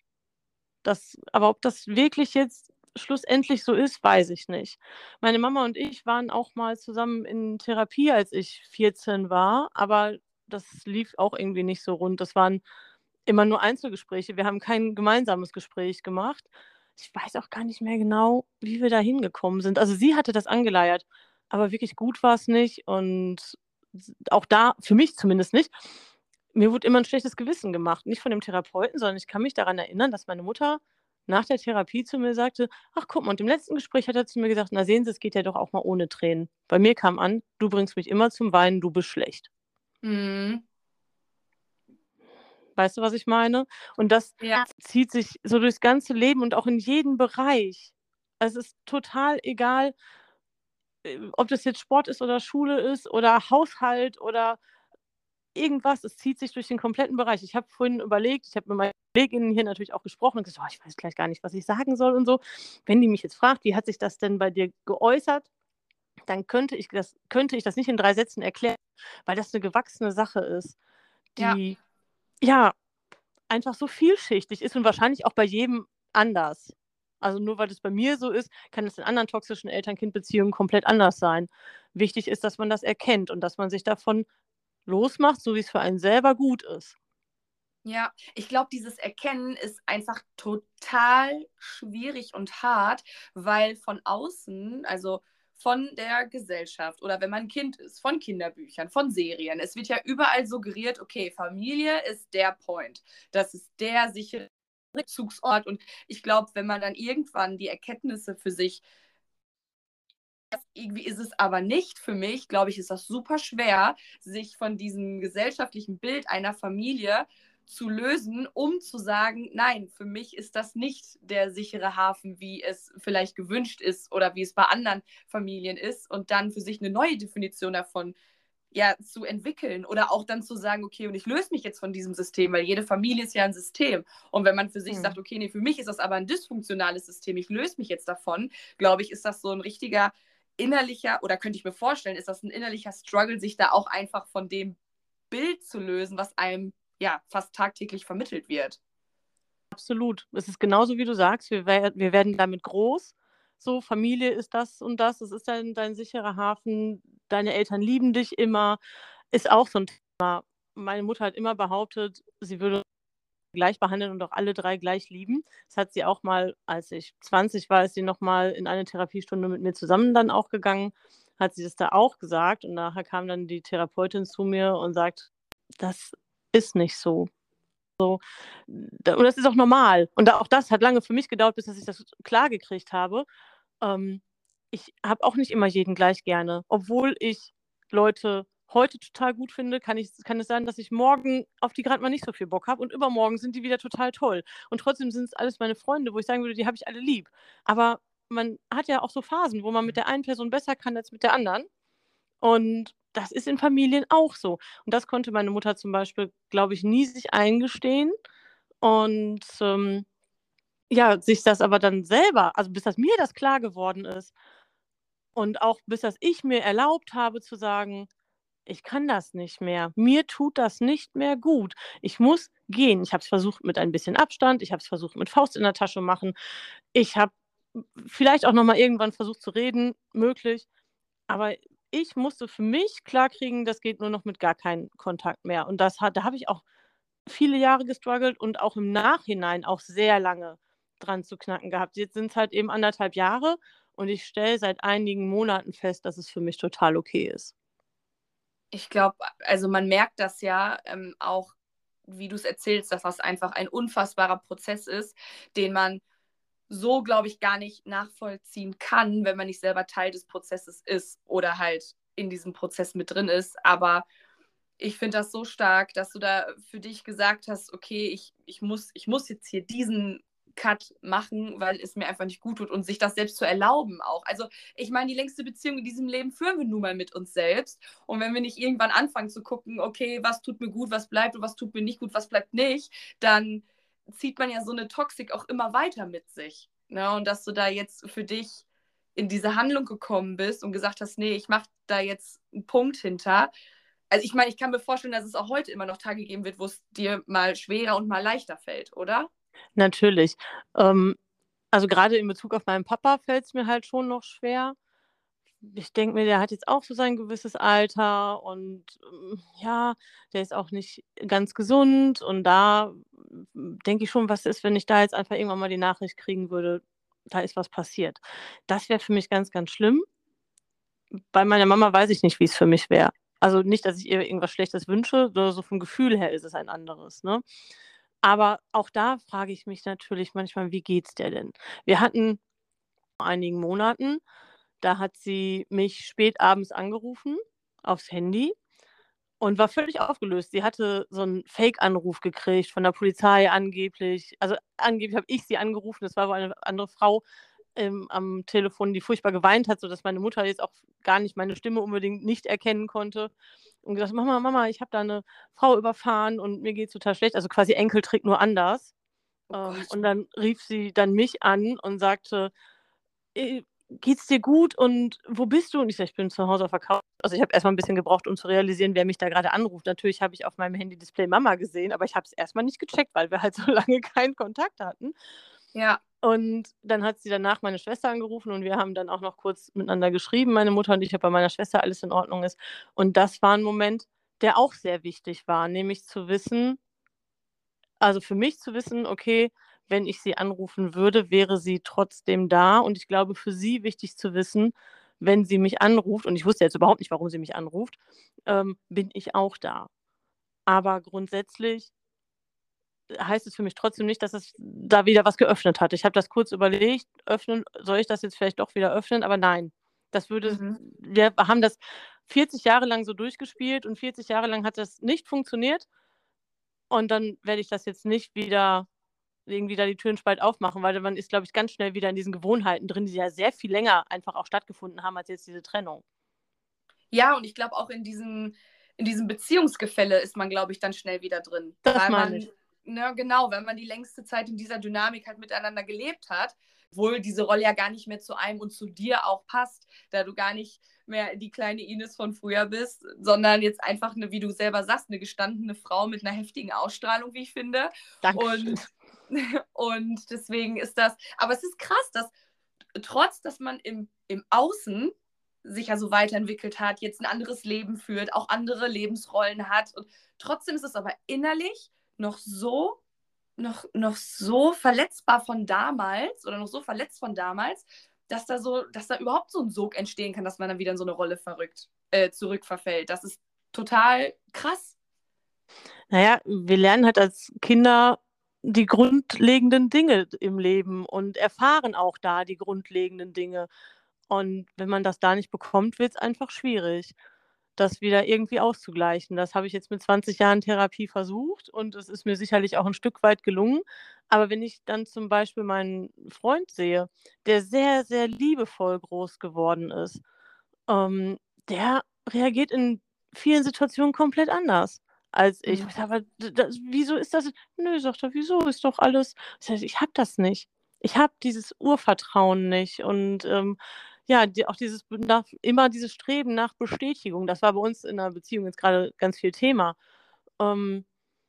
Aber ob das wirklich jetzt schlussendlich so ist, weiß ich nicht. Meine Mama und ich waren auch mal zusammen in Therapie, als ich 14 war, aber das lief auch irgendwie nicht so rund. Das waren immer nur Einzelgespräche. Wir haben kein gemeinsames Gespräch gemacht. Ich weiß auch gar nicht mehr genau, wie wir da hingekommen sind. Also, sie hatte das angeleiert, aber wirklich gut war es nicht und auch da für mich zumindest nicht. Mir wurde immer ein schlechtes Gewissen gemacht, nicht von dem Therapeuten, sondern ich kann mich daran erinnern, dass meine Mutter nach der Therapie zu mir sagte: „Ach, guck mal, und im letzten Gespräch hat er zu mir gesagt: ‚Na, sehen Sie, es geht ja doch auch mal ohne Tränen.'“ Bei mir kam an: „Du bringst mich immer zum Weinen, du bist schlecht.“ mhm. Weißt du, was ich meine? Und das Ja, zieht sich so durchs ganze Leben und auch in jeden Bereich. Es ist total egal, ob das jetzt Sport ist oder Schule ist oder Haushalt oder irgendwas. Es zieht sich durch den kompletten Bereich. Ich habe vorhin überlegt, ich habe mit meinen Kolleginnen hier natürlich auch gesprochen und gesagt: „Oh, ich weiß gleich gar nicht, was ich sagen soll und so.“ Wenn die mich jetzt fragt: „Wie hat sich das denn bei dir geäußert?“, dann könnte ich das nicht in 3 Sätzen erklären, weil das 'ne gewachsene Sache ist, ja. die, ja, einfach so vielschichtig ist und wahrscheinlich auch bei jedem anders. Also, nur weil das bei mir so ist, kann es in anderen toxischen Eltern-Kind-Beziehungen komplett anders sein. Wichtig ist, dass man das erkennt und dass man sich davon losmacht, so wie's für einen selber gut ist. Ja, ich glaube, dieses Erkennen ist einfach total schwierig und hart, weil von außen, also von der Gesellschaft oder wenn man ein Kind ist, von Kinderbüchern, von Serien. Es wird ja überall suggeriert, okay, Familie ist der Point. Das ist der sichere Rückzugsort. Und ich glaube, wenn man dann irgendwann die Erkenntnisse für sich, irgendwie ist es aber nicht für mich, glaube ich, ist das super schwer, sich von diesem gesellschaftlichen Bild einer Familie zu lösen, um zu sagen, nein, für mich ist das nicht der sichere Hafen, wie es vielleicht gewünscht ist oder wie es bei anderen Familien ist und dann für sich eine neue Definition davon ja, zu entwickeln oder auch dann zu sagen, okay, und ich löse mich jetzt von diesem System, weil jede Familie ist ja ein System. Und wenn man für sich sagt, okay, nee, für mich ist das aber ein dysfunktionales System, ich löse mich jetzt davon, glaube ich, ist das so ein richtiger innerlicher, oder könnte ich mir vorstellen, ist das ein innerlicher Struggle, sich da auch einfach von dem Bild zu lösen, was einem ja fast tagtäglich vermittelt wird. Absolut. Es ist genauso, wie du sagst, wir werden damit groß. So, Familie ist das und das, es ist dein sicherer Hafen, deine Eltern lieben dich immer, ist auch so ein Thema. Meine Mutter hat immer behauptet, sie würde gleich behandeln und auch alle 3 gleich lieben. Das hat sie auch mal, als ich 20 war, ist sie noch mal in eine Therapiestunde mit mir zusammen dann auch gegangen, hat sie das da auch gesagt und nachher kam dann die Therapeutin zu mir und sagt: „Das ist nicht so." Und das ist auch normal. Und auch das hat lange für mich gedauert, bis dass ich das klar gekriegt habe. Ähm, Ich habe auch nicht immer jeden gleich gerne. Obwohl ich Leute heute total gut finde, kann es sein, dass ich morgen auf die gerade mal nicht so viel Bock habe und übermorgen sind die wieder total toll. Und trotzdem sind es alles meine Freunde, wo ich sagen würde, die habe ich alle lieb. Aber man hat ja auch so Phasen, wo man mit der einen Person besser kann als mit der anderen. Und das ist in Familien auch so. Und das konnte meine Mutter zum Beispiel, glaube ich, nie sich eingestehen. Und, ja, sich das aber dann selber, also bis das mir das klar geworden ist und auch bis das ich mir erlaubt habe zu sagen: „Ich kann das nicht mehr. Mir tut das nicht mehr gut. Ich muss gehen." Ich habe es versucht mit ein bisschen Abstand, ich habe es versucht mit Faust in der Tasche machen. Ich habe vielleicht auch noch mal irgendwann versucht zu reden, möglich. Aber ich musste für mich klarkriegen, das geht nur noch mit gar keinem Kontakt mehr. Und da habe ich auch viele Jahre gestruggelt und auch im Nachhinein auch sehr lange dran zu knacken gehabt. Jetzt sind's halt eben 1,5 Jahre und ich stelle seit einigen Monaten fest, dass es für mich total okay ist. Ich glaube, also man merkt das ja auch, wie du es erzählst, dass das einfach ein unfassbarer Prozess ist, den man so, glaube ich, gar nicht nachvollziehen kann, wenn man nicht selber Teil des Prozesses ist oder halt in diesem Prozess mit drin ist. Aber ich finde das so stark, dass du da für dich gesagt hast, okay, ich muss jetzt hier diesen Cut machen, weil es mir einfach nicht gut tut und sich das selbst zu erlauben auch. Also ich meine, die längste Beziehung in diesem Leben führen wir nun mal mit uns selbst. Und wenn wir nicht irgendwann anfangen zu gucken, okay, was tut mir gut, was bleibt und was tut mir nicht gut, was bleibt nicht, dann zieht man ja so eine Toxik auch immer weiter mit sich. Ne? Und dass du da jetzt für dich in diese Handlung gekommen bist und gesagt hast, nee, ich mache da jetzt einen Punkt hinter. Also ich meine, ich kann mir vorstellen, dass es auch heute immer noch Tage geben wird, wo es dir mal schwerer und mal leichter fällt, oder? Natürlich. Also, grade in Bezug auf meinen Papa fällt's mir halt schon noch schwer. Ich denke mir, der hat jetzt auch so sein gewisses Alter und, ja, der ist auch nicht ganz gesund und da, denke ich schon, was ist, wenn ich da jetzt einfach irgendwann mal die Nachricht kriegen würde, da ist was passiert. Das wäre für mich ganz, ganz schlimm. Bei meiner Mama weiß ich nicht, wie's für mich wäre. Also, nicht, dass ich ihr irgendwas Schlechtes wünsche, sondern so vom Gefühl her ist es ein anderes, ne? Aber auch da frage ich mich natürlich manchmal: „Wie geht's der denn?" Wir hatten vor einigen Monaten, da hat sie mich spät abends angerufen aufs Handy und war völlig aufgelöst. Sie hatte so 'n Fake-Anruf gekriegt von der Polizei angeblich. Also, angeblich habe ich sie angerufen, es war wohl eine andere Frau, am Telefon, die furchtbar geweint hat, sodass meine Mutter jetzt auch gar nicht meine Stimme unbedingt nicht erkennen konnte und gesagt: „Mama, Mama, ich habe da 'ne Frau überfahren und mir geht's total schlecht." Also, quasi Enkeltrick, nur anders. Oh Gott. Und dann rief sie dann mich an und sagte: „Geht's dir gut und wo bist du?" Und ich sage: „Ich bin zu Hause auf der Couch." Also, ich habe erst mal 'n bisschen gebraucht, um zu realisieren, wer mich da grade anruft. Natürlich habe ich auf meinem Handy-Display Mama gesehen, aber ich habe es erst mal nicht gecheckt, weil wir halt so lange keinen Kontakt hatten. Ja, Und dann hat sie danach meine Schwester angerufen und wir haben dann auch noch kurz miteinander geschrieben, meine Mutter und ich, ob bei meiner Schwester alles in Ordnung ist. Und das war 'n Moment, der auch sehr wichtig war, nämlich zu wissen, also, für mich zu wissen: „Okay, wenn ich sie anrufen würde, wäre sie trotzdem da." Und ich glaube, für sie wichtig zu wissen, wenn sie mich anruft, und ich wusste jetzt überhaupt nicht, warum sie mich anruft, bin ich auch da. Aber grundsätzlich heißt es für mich trotzdem nicht, dass es da wieder was geöffnet hat. Ich habe das kurz überlegt, soll ich das jetzt vielleicht doch wieder öffnen? Aber nein, wir haben das 40 Jahre lang so durchgespielt und 40 Jahre lang hat das nicht funktioniert. Und dann werde ich das jetzt nicht wieder irgendwie da die Türen spalt aufmachen, weil man ist, glaube ich, ganz schnell wieder in diesen Gewohnheiten drin, die ja sehr viel länger einfach auch stattgefunden haben als jetzt diese Trennung. Ja, und ich glaube auch in diesem Beziehungsgefälle ist man, glaube ich, dann schnell wieder drin. Das meine ich. Genau, wenn man die längste Zeit in dieser Dynamik halt miteinander gelebt hat, obwohl diese Rolle ja gar nicht mehr zu einem und zu dir auch passt, da du gar nicht mehr die kleine Ines von früher bist, sondern jetzt einfach wie du selber sagst, eine gestandene Frau mit einer heftigen Ausstrahlung, wie ich finde. Dankeschön. Und deswegen ist das, aber es ist krass, dass man im Außen sich ja so weiterentwickelt hat, jetzt ein anderes Leben führt, auch andere Lebensrollen hat und trotzdem ist es aber innerlich noch so verletzbar von damals oder noch so verletzt von damals, dass da überhaupt so ein Sog entstehen kann, dass man dann wieder in so eine Rolle zurückverfällt. Das ist total krass. Naja, wir lernen halt als Kinder die grundlegenden Dinge im Leben und erfahren auch da die grundlegenden Dinge. Und wenn man das da nicht bekommt, wird es einfach schwierig, das wieder irgendwie auszugleichen. Das habe ich jetzt mit 20 Jahren Therapie versucht und es ist mir sicherlich auch ein Stück weit gelungen. Aber wenn ich dann zum Beispiel meinen Freund sehe, der sehr, sehr liebevoll groß geworden ist, der reagiert in vielen Situationen komplett anders als ich. Mhm. Ich sage: „Aber wieso ist das?" „Nö", sagt er, „wieso? Ist doch alles." Ich sage: „Ich habe das nicht. Ich habe dieses Urvertrauen nicht." Und, ja, auch immer dieses Streben nach Bestätigung, das war bei uns in der Beziehung jetzt gerade ganz viel Thema. Ähm,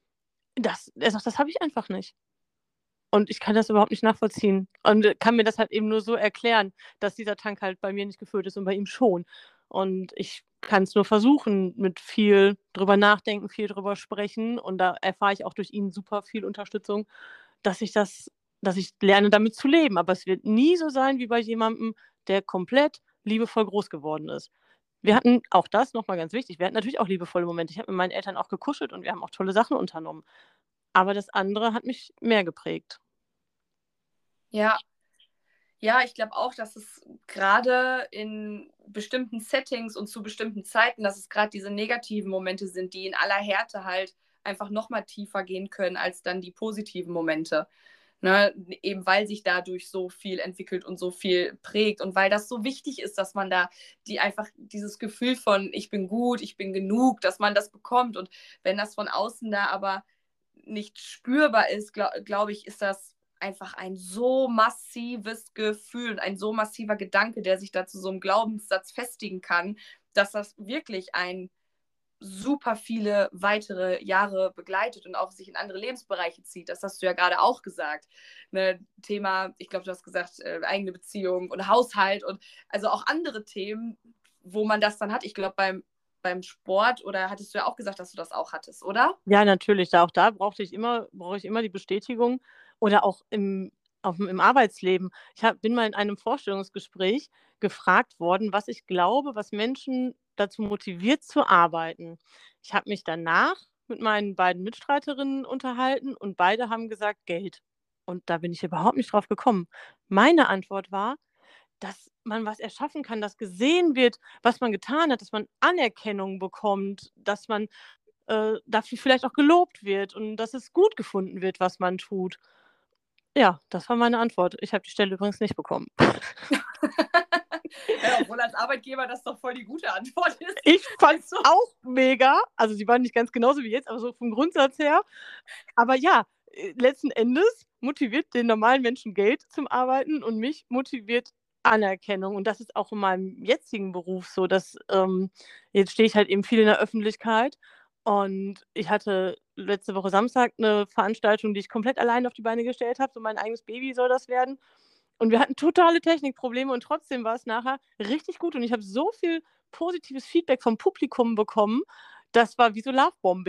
er sagt: „Das habe ich einfach nicht." Und ich kann das überhaupt nicht nachvollziehen und, kann mir das halt eben nur so erklären, dass dieser Tank halt bei mir nicht gefüllt ist und bei ihm schon. Und ich kann es nur versuchen mit viel drüber nachdenken, viel drüber sprechen und da erfahre ich auch durch ihn super viel Unterstützung, dass ich lerne, damit zu leben. Aber es wird nie so sein wie bei jemandem, der komplett liebevoll groß geworden ist. Wir hatten auch das noch mal ganz wichtig, wir hatten natürlich auch liebevolle Momente. Ich habe mit meinen Eltern auch gekuschelt und wir haben auch tolle Sachen unternommen. Aber das andere hat mich mehr geprägt. Ja, ja, ich glaube auch, dass es gerade in bestimmten Settings und zu bestimmten Zeiten, dass es gerade diese negativen Momente sind, die in aller Härte halt einfach nochmal tiefer gehen können als dann die positiven Momente. Ne? Eben weil sich dadurch so viel entwickelt und so viel prägt und weil das so wichtig ist, dass man da einfach dieses Gefühl von ich bin gut, ich bin genug, dass man das bekommt. Und wenn das von außen da aber nicht spürbar ist, glaube ich, ist das einfach ein so massives Gefühl und ein so massiver Gedanke, der sich da zu so einem Glaubenssatz festigen kann, dass das wirklich ein super viele weitere Jahre begleitet und auch sich in andere Lebensbereiche zieht. Das hast du ja gerade auch gesagt. Thema, ich glaube, du hast gesagt, eigene Beziehung und Haushalt und also auch andere Themen, wo man das dann hat. Ich glaube, beim Sport oder hattest du ja auch gesagt, dass du das auch hattest, oder? Ja, natürlich. Auch da brauche ich immer die Bestätigung oder auch im Arbeitsleben. Bin mal in einem Vorstellungsgespräch gefragt worden, was ich glaube, was Menschen dazu motiviert zu arbeiten. Ich habe mich danach mit meinen beiden Mitstreiterinnen unterhalten und beide haben gesagt: „Geld." Und da bin ich überhaupt nicht drauf gekommen. Meine Antwort war, dass man was erschaffen kann, dass gesehen wird, was man getan hat, dass man Anerkennung bekommt, dass man dafür vielleicht auch gelobt wird und dass es gut gefunden wird, was man tut. Ja, das war meine Antwort. Ich habe die Stelle übrigens nicht bekommen. Ja, obwohl als Arbeitgeber das doch voll die gute Antwort ist. Ich fand's auch mega. Also, sie waren nicht ganz genauso wie jetzt, aber so vom Grundsatz her. Aber ja, letzten Endes motiviert den normalen Menschen Geld zum Arbeiten und mich motiviert Anerkennung. Und das ist auch in meinem jetzigen Beruf so, dass jetzt stehe ich halt eben viel in der Öffentlichkeit und ich hatte letzte Woche Samstag eine Veranstaltung, die ich komplett alleine auf die Beine gestellt habe. So mein eigenes Baby soll das werden. Und wir hatten totale Technikprobleme und trotzdem war es nachher richtig gut und ich habe so viel positives Feedback vom Publikum bekommen. Das war wie so Lovebombe.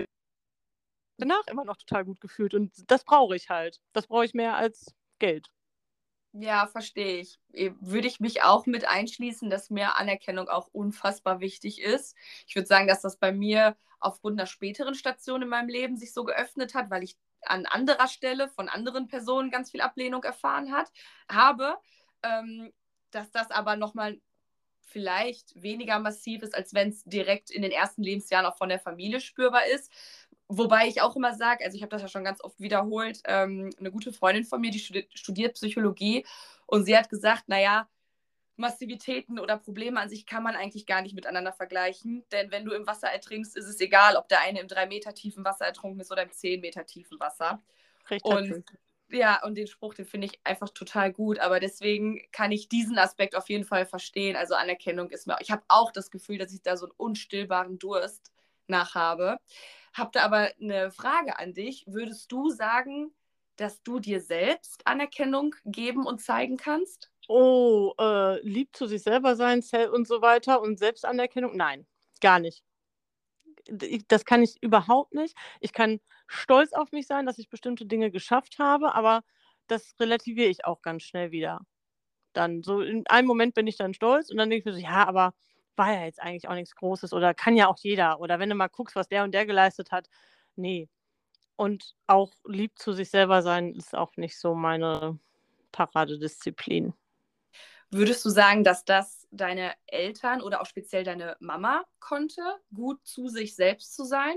Danach immer noch total gut gefühlt und das brauche ich halt. Das brauche ich mehr als Geld. Ja, verstehe ich. Würde ich mich auch mit einschließen, dass mir Anerkennung auch unfassbar wichtig ist. Ich würde sagen, dass das bei mir aufgrund einer späteren Station in meinem Leben sich so geöffnet hat, weil ich an anderer Stelle von anderen Personen ganz viel Ablehnung habe. Ähm, dass das aber nochmal vielleicht weniger massiv ist, als wenn es direkt in den ersten Lebensjahren auch von der Familie spürbar ist. Wobei ich auch immer sage, also ich habe das ja schon ganz oft wiederholt, eine gute Freundin von mir, die studiert Psychologie und sie hat gesagt, naja, Massivitäten oder Probleme an sich kann man eigentlich gar nicht miteinander vergleichen, denn wenn du im Wasser ertrinkst, ist es egal, ob der eine im 3 Meter tiefen Wasser ertrunken ist oder im 10 Meter tiefen Wasser. Recht hat Und sie. ja, und den Spruch, den finde ich einfach total gut. Aber deswegen kann ich diesen Aspekt auf jeden Fall verstehen. Also Anerkennung ist mir, ich habe auch das Gefühl, dass ich da so einen unstillbaren Durst nach habe. Habe da aber eine Frage an dich. Würdest du sagen, dass du dir selbst Anerkennung geben und zeigen kannst? Oh, lieb zu sich selber sein und so weiter und Selbstanerkennung? Nein, gar nicht. Das kann ich überhaupt nicht. Ich kann stolz auf mich sein, dass ich bestimmte Dinge geschafft habe, aber das relativiere ich auch ganz schnell wieder. Dann so in einem Moment bin ich dann stolz und dann denke ich mir so, ja, aber war ja jetzt eigentlich auch nichts Großes oder kann ja auch jeder. Oder wenn du mal guckst, was der und der geleistet hat. Nee. Und auch lieb zu sich selber sein ist auch nicht so meine Paradedisziplin. Würdest du sagen, dass das deine Eltern oder auch speziell deine Mama konnte, gut zu sich selbst zu sein?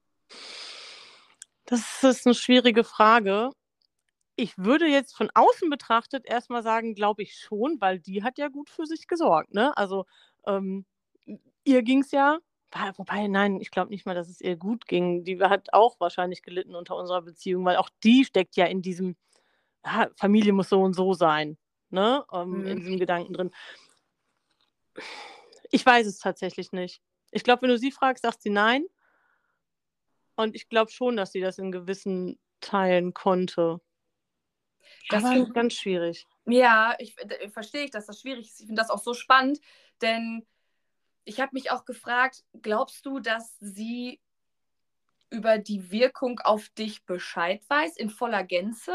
Das ist eine schwierige Frage. Ich würde jetzt von außen betrachtet erstmal sagen, glaube ich schon, weil die hat ja gut für sich gesorgt, ne? Also, ähm, ihr ging's ja wobei, nein, ich glaube nicht mal, dass es ihr gut ging. Die hat auch wahrscheinlich gelitten unter unserer Beziehung, weil auch die steckt ja in diesem, Familie muss so und so sein, ne, in Mhm. diesem Gedanken drin. Ich weiß es tatsächlich nicht. Ich glaube, wenn du sie fragst, sagt sie nein und ich glaube schon, dass sie das in gewissen Teilen konnte. Das Aber finde ganz schwierig. Ja, verstehe ich, dass das schwierig ist. Ich finde das auch so spannend, denn ich habe mich auch gefragt, glaubst du, dass sie über die Wirkung auf dich Bescheid weiß in voller Gänze?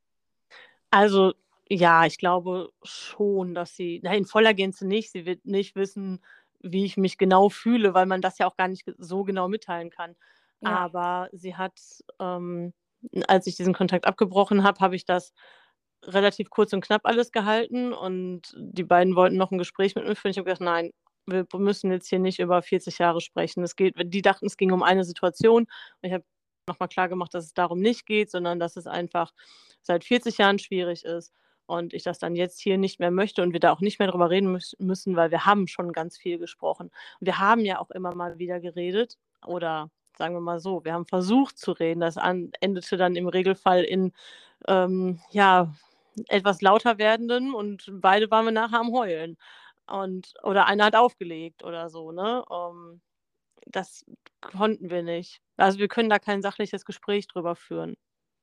Also, ja, ich glaube schon, dass sie in voller Gänze nicht. Sie wird nicht wissen, wie ich mich genau fühle, weil man das ja auch gar nicht so genau mitteilen kann. Ja. Aber sie hat, als ich diesen Kontakt abgebrochen habe, habe ich das relativ kurz und knapp alles gehalten und die beiden wollten noch ein Gespräch mit mir führen. Ich habe gesagt: „Nein, wir müssen jetzt hier nicht über 40 Jahre sprechen." Die dachten, es ging um eine Situation und ich habe noch mal klargemacht, dass es darum nicht geht, sondern dass es einfach seit 40 Jahren schwierig ist und ich das dann jetzt hier nicht mehr möchte und wir da auch nicht mehr drüber reden müssen, weil wir haben schon ganz viel gesprochen. Und wir haben ja auch immer mal wieder geredet oder sagen wir mal so, wir haben versucht zu reden. Das endete dann im Regelfall in, ja, etwas lauter werdenden und beide waren wir nachher am Heulen. Oder einer hat aufgelegt oder so, ne? Das konnten wir nicht. Also, wir können da kein sachliches Gespräch drüber führen.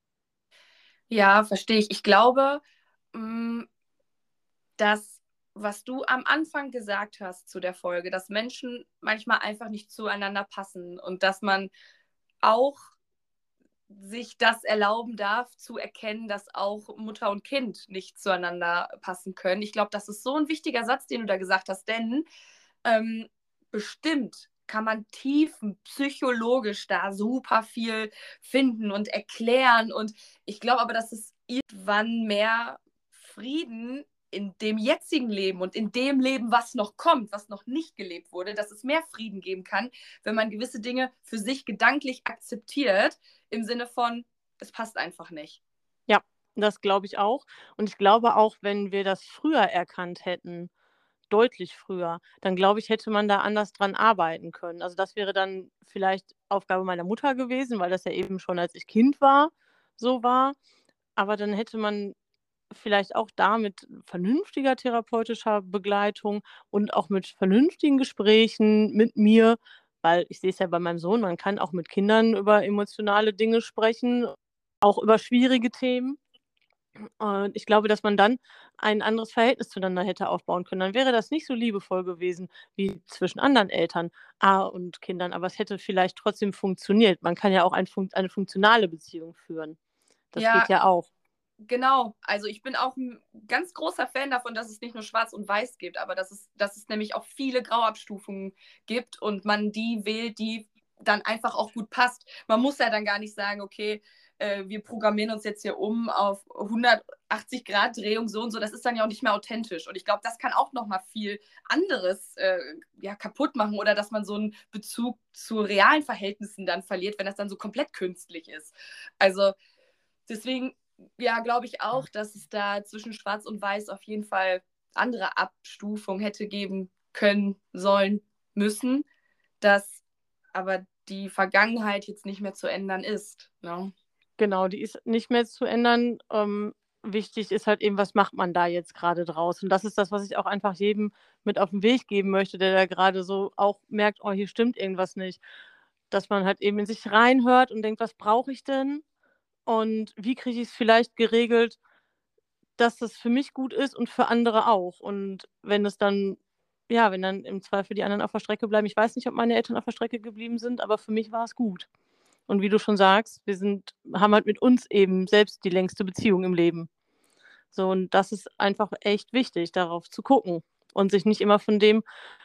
Ja, verstehe ich. Ich glaube, mh, dass, was du am Anfang gesagt hast zu der Folge, dass Menschen manchmal einfach nicht zueinander passen und dass man auch sich das erlauben darf, zu erkennen, dass auch Mutter und Kind nicht zueinander passen können. Ich glaube, das ist so ein wichtiger Satz, den du da gesagt hast, denn ähm, bestimmt kann man tiefenpsychologisch da super viel finden und erklären. Und ich glaube aber, dass es irgendwann mehr Frieden in dem jetzigen Leben und in dem Leben, was noch kommt, was noch nicht gelebt wurde, dass es mehr Frieden geben kann, wenn man gewisse Dinge für sich gedanklich akzeptiert, im Sinne von, es passt einfach nicht. Ja, das glaube ich auch. Und ich glaube auch, wenn wir das früher erkannt hätten, deutlich früher, dann glaube ich, hätte man da anders dran arbeiten können. Also, das wäre dann vielleicht Aufgabe meiner Mutter gewesen, weil das ja eben schon, als ich Kind war, so war. Aber dann hätte man vielleicht auch da mit vernünftiger therapeutischer Begleitung und auch mit vernünftigen Gesprächen mit mir, weil ich sehe es ja bei meinem Sohn, man kann auch mit Kindern über emotionale Dinge sprechen, auch über schwierige Themen. Und ich glaube, dass man dann ein anderes Verhältnis zueinander hätte aufbauen können. Dann wäre das nicht so liebevoll gewesen wie zwischen anderen Eltern, und Kindern, aber es hätte vielleicht trotzdem funktioniert. Man kann ja auch eine funktionale Beziehung führen. Das geht Ja, ja auch. Genau, also ich bin auch ein ganz großer Fan davon, dass es nicht nur Schwarz und Weiß gibt, aber dass es nämlich auch viele Grauabstufungen gibt und man die wählt, die dann einfach auch gut passt. Man muss ja dann gar nicht sagen, okay, wir programmieren uns jetzt hier um auf 180 Grad Drehung so und so. Das ist dann ja auch nicht mehr authentisch. Und ich glaube, das kann auch nochmal viel anderes ja, kaputt machen oder dass man so einen Bezug zu realen Verhältnissen dann verliert, wenn das dann so komplett künstlich ist. Also deswegen, ja, glaube ich auch, dass es da zwischen Schwarz und Weiß auf jeden Fall andere Abstufungen hätte geben können, sollen, müssen, dass aber die Vergangenheit jetzt nicht mehr zu ändern ist. Ne? Genau, die ist nicht mehr zu ändern. Wichtig ist halt eben, was macht man da jetzt gerade draus? Und das ist das, was ich auch einfach jedem mit auf den Weg geben möchte, der da gerade so auch merkt, oh, hier stimmt irgendwas nicht. Dass man halt eben in sich reinhört und denkt, was brauche ich denn? Und wie kriege ich es vielleicht geregelt, dass das für mich gut ist und für andere auch. Und wenn es dann ja, wenn dann im Zweifel die anderen auf der Strecke bleiben, ich weiß nicht, ob meine Eltern auf der Strecke geblieben sind, aber für mich war es gut. Und wie du schon sagst, haben halt mit uns eben selbst die längste Beziehung im Leben. So, und das ist einfach echt wichtig, darauf zu gucken und sich nicht immer von dem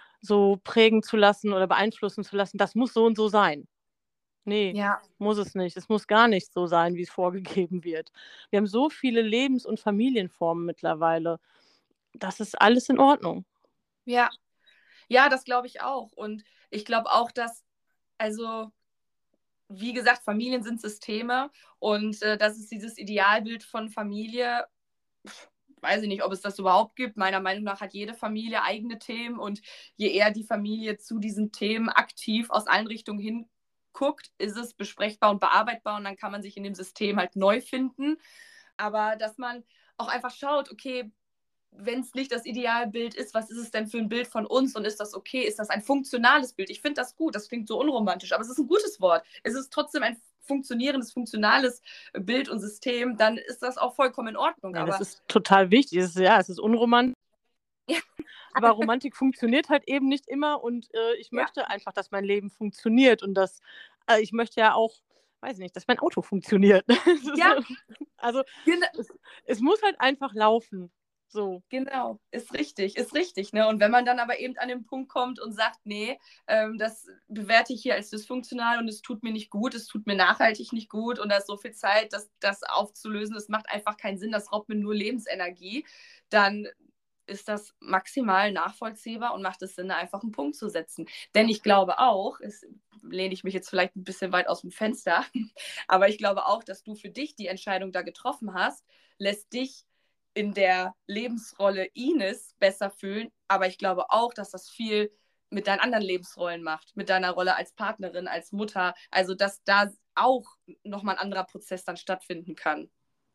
so prägen zu lassen oder beeinflussen zu lassen, das muss so und so sein. Ne, Ja, muss es nicht. Es muss gar nicht so sein, wie es vorgegeben wird. Wir haben so viele Lebens- und Familienformen mittlerweile. Das ist alles in Ordnung. ja, ja, das glaube ich auch. Und ich glaube auch, dass, also, wie gesagt, Familien sind Systeme und das ist dieses Idealbild von Familie. Weiß ich nicht, ob es das überhaupt gibt. Meiner Meinung nach hat jede Familie eigene Themen und je eher die Familie zu diesen Themen aktiv aus allen Richtungen hinguckt, ist es besprechbar und bearbeitbar und dann kann man sich in dem System halt neu finden. Aber dass man auch einfach schaut, okay, wenn es nicht das Idealbild ist, was ist es denn für ein Bild von uns und ist das okay? Ist das ein funktionales Bild? Ich finde das gut, das klingt so unromantisch, aber es ist ein gutes Wort. Es ist trotzdem ein funktionierendes, funktionales Bild und System, dann ist das auch vollkommen in Ordnung. Ne, das Aber ist total wichtig. Es ist unromantisch, ja, aber Romantik funktioniert halt eben nicht immer und, ich ja, möchte einfach, dass mein Leben funktioniert und ich möchte ja auch, weiß ich nicht, dass mein Auto funktioniert. ja, So, also, genau. es es muss halt einfach laufen, so. Genau, ist richtig. Ne? Und wenn man dann aber eben an den Punkt kommt und sagt, nee, das bewerte ich hier als dysfunktional und es tut mir nicht gut, es tut mir nachhaltig nicht gut und da ist so viel Zeit, das aufzulösen, das macht einfach keinen Sinn, das raubt mir nur Lebensenergie, dann ist das maximal nachvollziehbar und macht es Sinn, da einfach einen Punkt zu setzen. Denn ich glaube auch, lehne ich mich jetzt vielleicht ein bisschen weit aus dem Fenster, aber ich glaube auch, dass du für dich die Entscheidung da getroffen hast, lässt dich in der Lebensrolle Ines besser fühlen, aber ich glaube auch, dass das viel mit deinen anderen Lebensrollen macht, mit deiner Rolle als Partnerin, als Mutter, also dass da auch nochmal ein anderer Prozess dann stattfinden kann.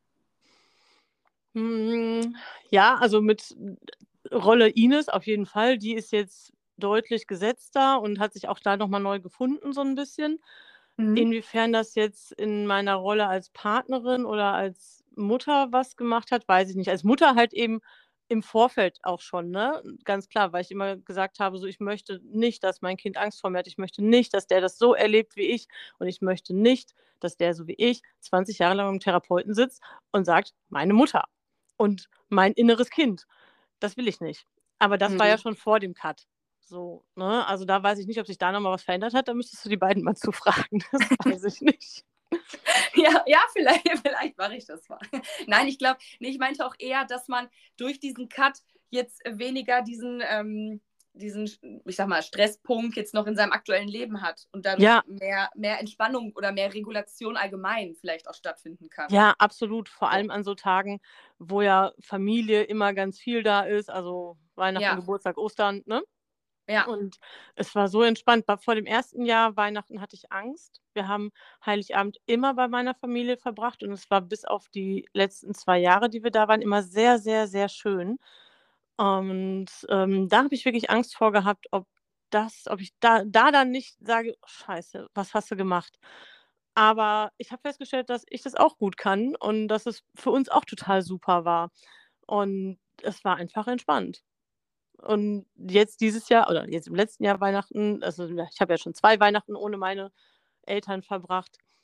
Hm, ja, also mit Rolle Ines auf jeden Fall. Die ist jetzt deutlich gesetzter und hat sich auch da noch mal neu gefunden so 'n bisschen. Mhm. Inwiefern das jetzt in meiner Rolle als Partnerin oder als Mutter was gemacht hat, weiß ich nicht. Als Mutter halt eben im Vorfeld auch schon, ne? Ganz klar, weil ich immer gesagt habe, so: „Ich möchte nicht, dass mein Kind Angst vor mir hat. Ich möchte nicht, dass der das so erlebt wie ich und ich möchte nicht, dass der so wie ich 20 Jahre lang beim Therapeuten sitzt und sagt: ‚Meine Mutter und mein inneres Kind.‘“ Das will ich nicht. Aber das war ja Mhm. schon vor dem Cut. So, ne? Also, da weiß ich nicht, ob sich da noch mal was verändert hat. Da müsstest du die beiden mal zu fragen. Das weiß ich nicht. Ja, ja, vielleicht, vielleicht mache ich das mal. Nein, ich glaube, nee, ich meinte auch eher, dass man durch diesen Cut jetzt weniger diesen, ich sag mal, Stresspunkt jetzt noch in seinem aktuellen Leben hat und dadurch Ja, mehr Entspannung oder mehr Regulation allgemein vielleicht auch stattfinden kann. ja, absolut. Vor So. allem an so Tagen, wo ja Familie immer ganz viel da ist, also Weihnachten, Ja, Geburtstag, Ostern, ne? ja, Und es war so entspannt. Vor dem ersten Jahr Weihnachten hatte ich Angst. Wir haben Heiligabend immer bei meiner Familie verbracht und es war bis auf die letzten 2 Jahre, die wir da waren, immer sehr, sehr, sehr schön. Und, da habe ich wirklich Angst vor gehabt, ob ich da dann nicht sage: „Oh, Scheiße, was hast du gemacht?“ Aber ich habe festgestellt, dass ich das auch gut kann und dass es für uns auch total super war. Und es war einfach entspannt. Und jetzt dieses Jahr oder jetzt im letzten Jahr Weihnachten, also, ja, ich habe ja schon 2 Weihnachten ohne meine Eltern verbracht.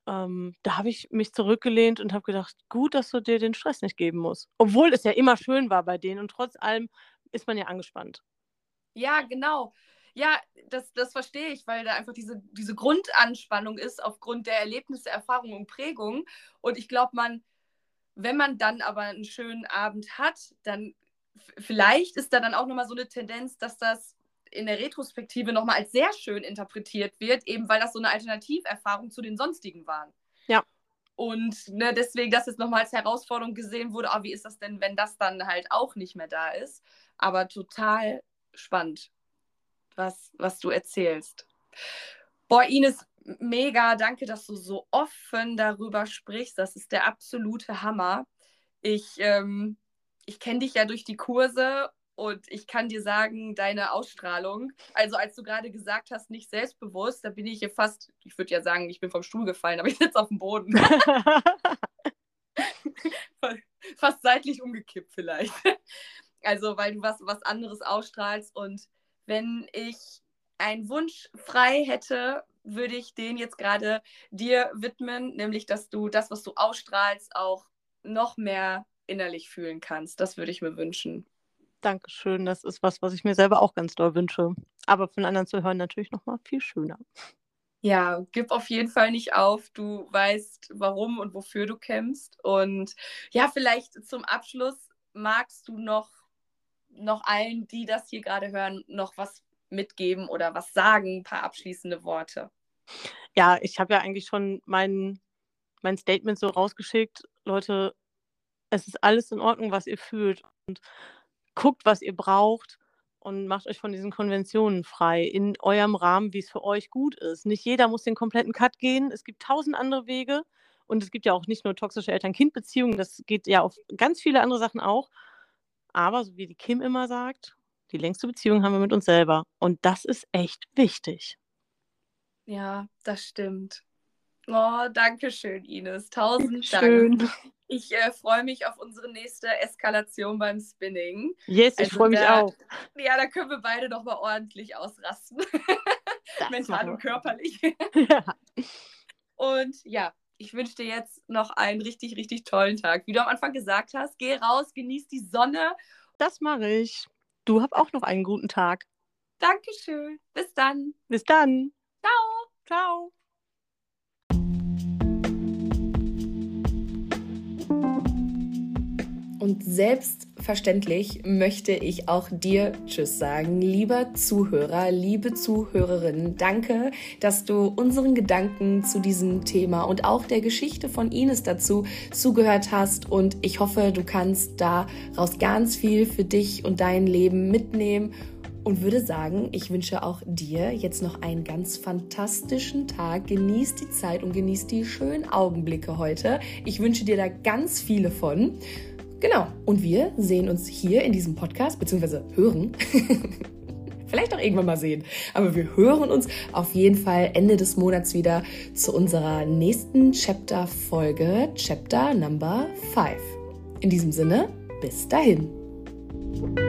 da habe ich mich zurückgelehnt und habe gedacht, gut, dass du dir den Stress nicht geben musst. Obwohl es ja immer schön war bei denen und trotz allem ist man ja angespannt. Ja, genau. Ja, das verstehe ich, weil da einfach diese Grundanspannung ist aufgrund der Erlebnisse, Erfahrungen und Prägungen. Und ich glaube, wenn man dann aber einen schönen Abend hat, dann vielleicht ist da dann auch nochmal so eine Tendenz, dass das in der Retrospektive nochmal als sehr schön interpretiert wird, eben weil das so eine Alternativerfahrung zu den sonstigen waren. Ja. Und deswegen das jetzt nochmal als Herausforderung gesehen wurde, wie ist das denn, wenn das dann halt auch nicht mehr da ist? Aber total spannend, was du erzählst. Boah, Ines, mega, danke, dass du so offen darüber sprichst. Das ist der absolute Hammer. Ich kenne dich ja durch die Kurse und ich kann dir sagen, deine Ausstrahlung, also als du gerade gesagt hast, nicht selbstbewusst, da bin ich hier fast, ich würde ja sagen, ich bin vom Stuhl gefallen, aber ich sitze auf dem Boden. Fast seitlich umgekippt vielleicht. Also, weil du was anderes ausstrahlst. Und wenn ich einen Wunsch frei hätte, würde ich den jetzt gerade dir widmen, nämlich, dass du das, was du ausstrahlst, auch noch mehr innerlich fühlen kannst. Das würde ich mir wünschen. Dankeschön, das ist was ich mir selber auch ganz doll wünsche. Aber von anderen zu hören natürlich nochmal viel schöner. Ja, gib auf jeden Fall nicht auf. Du weißt, warum und wofür du kämpfst. Und ja, vielleicht zum Abschluss magst du noch allen, die das hier gerade hören, noch was mitgeben oder was sagen, ein paar abschließende Worte. Ja, ich habe ja eigentlich schon mein Statement so rausgeschickt. Leute, es ist alles in Ordnung, was ihr fühlt. Und guckt, was ihr braucht und macht euch von diesen Konventionen frei, in eurem Rahmen, wie es für euch gut ist. Nicht jeder muss den kompletten Cut gehen. Es gibt 1000 andere Wege. Und es gibt ja auch nicht nur toxische Eltern-Kind-Beziehungen, das geht ja auf ganz viele andere Sachen auch. Aber, so wie die Kim immer sagt, die längste Beziehung haben wir mit uns selber. Und das ist echt wichtig. Ja, das stimmt. Oh, danke schön, Ines. 1000 Dank. Schön. Ich freue mich auf unsere nächste Eskalation beim Spinning. Yes, ich freue mich auch. Ja, da können wir beide noch mal ordentlich ausrasten. Mental und körperlich. Ja. Und ja, ich wünsche dir jetzt noch einen richtig, richtig tollen Tag. Wie du am Anfang gesagt hast, geh raus, genieß die Sonne. Das mache ich. Du hab auch noch einen guten Tag. Dankeschön. Bis dann. Bis dann. Ciao. Ciao. Und selbstverständlich möchte ich auch dir Tschüss sagen, lieber Zuhörer, liebe Zuhörerin. Danke, dass du unseren Gedanken zu diesem Thema und auch der Geschichte von Ines dazu zugehört hast. Und ich hoffe, du kannst daraus ganz viel für dich und dein Leben mitnehmen. Und würde sagen, ich wünsche auch dir jetzt noch einen ganz fantastischen Tag. Genieß die Zeit und genieß die schönen Augenblicke heute. Ich wünsche dir da ganz viele von. Genau, und wir sehen uns hier in diesem Podcast, beziehungsweise hören, vielleicht auch irgendwann mal sehen, aber wir hören uns auf jeden Fall Ende des Monats wieder zu unserer nächsten Chapter-Folge, Chapter Number 5. In diesem Sinne, bis dahin.